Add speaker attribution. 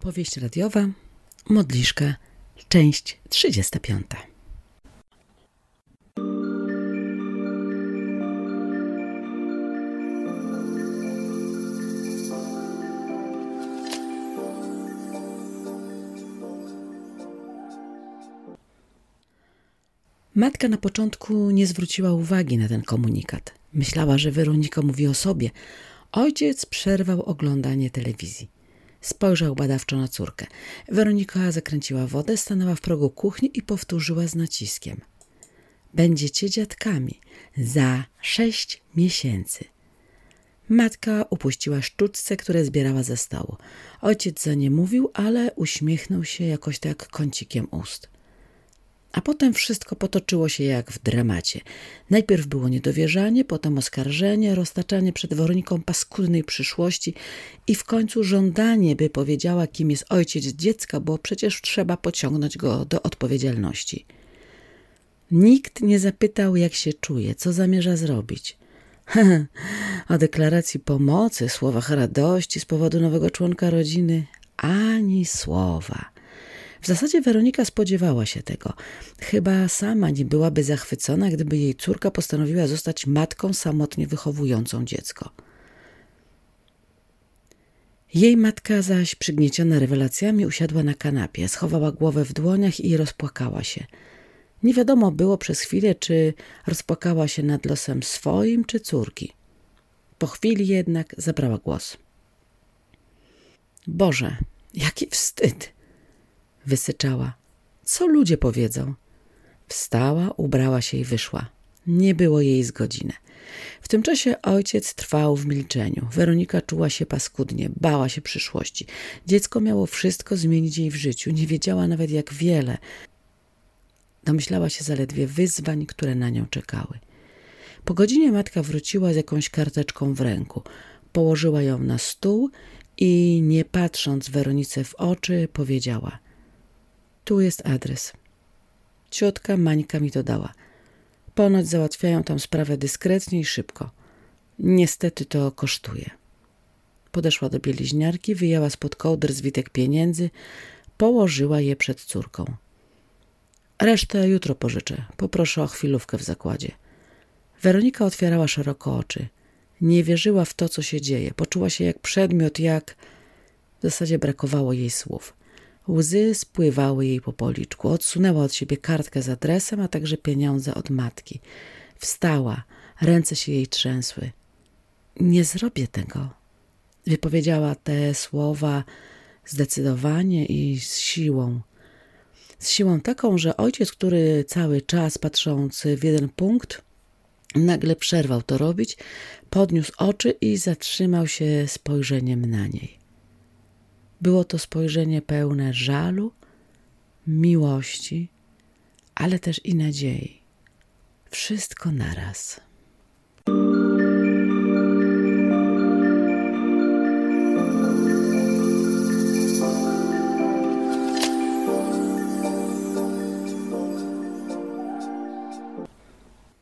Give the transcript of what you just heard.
Speaker 1: Powieść radiowa, Modliszka, część 35. Matka na początku nie zwróciła uwagi na ten komunikat. Myślała, że Weronika mówi o sobie. Ojciec przerwał oglądanie telewizji. Spojrzał badawczo na córkę. Weronika zakręciła wodę, stanęła w progu kuchni i powtórzyła z naciskiem. Będziecie dziadkami za 6 miesięcy. Matka upuściła sztuczce, które zbierała ze stołu. Ojciec za nie mówił, ale uśmiechnął się jakoś tak kącikiem ust. A potem wszystko potoczyło się jak w dramacie. Najpierw było niedowierzanie, potem oskarżenie, roztaczanie przed Weroniką paskudnej przyszłości i w końcu żądanie, by powiedziała, kim jest ojciec dziecka, bo przecież trzeba pociągnąć go do odpowiedzialności. Nikt nie zapytał, jak się czuje, co zamierza zrobić. O deklaracji pomocy, słowach radości z powodu nowego członka rodziny ani słowa. W zasadzie Weronika spodziewała się tego. Chyba sama nie byłaby zachwycona, gdyby jej córka postanowiła zostać matką samotnie wychowującą dziecko. Jej matka zaś, przygnieciona rewelacjami, usiadła na kanapie, schowała głowę w dłoniach i rozpłakała się. Nie wiadomo było przez chwilę, czy rozpłakała się nad losem swoim, czy córki. Po chwili jednak zabrała głos. Boże, jaki wstyd! Wysyczała. Co ludzie powiedzą? Wstała, ubrała się i wyszła. Nie było jej z godzinę. W tym czasie ojciec trwał w milczeniu. Weronika czuła się paskudnie, bała się przyszłości. Dziecko miało wszystko zmienić jej w życiu. Nie wiedziała nawet jak wiele. Domyślała się zaledwie wyzwań, które na nią czekały. Po godzinie matka wróciła z jakąś karteczką w ręku. Położyła ją na stół i nie patrząc Weronice w oczy powiedziała: tu jest adres. Ciotka Mańka mi to dała. Ponoć załatwiają tam sprawę dyskretnie i szybko. Niestety to kosztuje. Podeszła do bieliźniarki, wyjęła spod kołdr zwitek pieniędzy, położyła je przed córką. Resztę jutro pożyczę. Poproszę o chwilówkę w zakładzie. Weronika otwierała szeroko oczy. Nie wierzyła w to, co się dzieje. Poczuła się jak przedmiot, w zasadzie brakowało jej słów. Łzy spływały jej po policzku. Odsunęła od siebie kartkę z adresem, a także pieniądze od matki. Wstała, ręce się jej trzęsły. Nie zrobię tego. Wypowiedziała te słowa zdecydowanie i z siłą. Z siłą taką, że ojciec, który cały czas patrzący w jeden punkt, nagle przerwał to robić, podniósł oczy i zatrzymał się spojrzeniem na niej. Było to spojrzenie pełne żalu, miłości, ale też i nadziei. Wszystko naraz.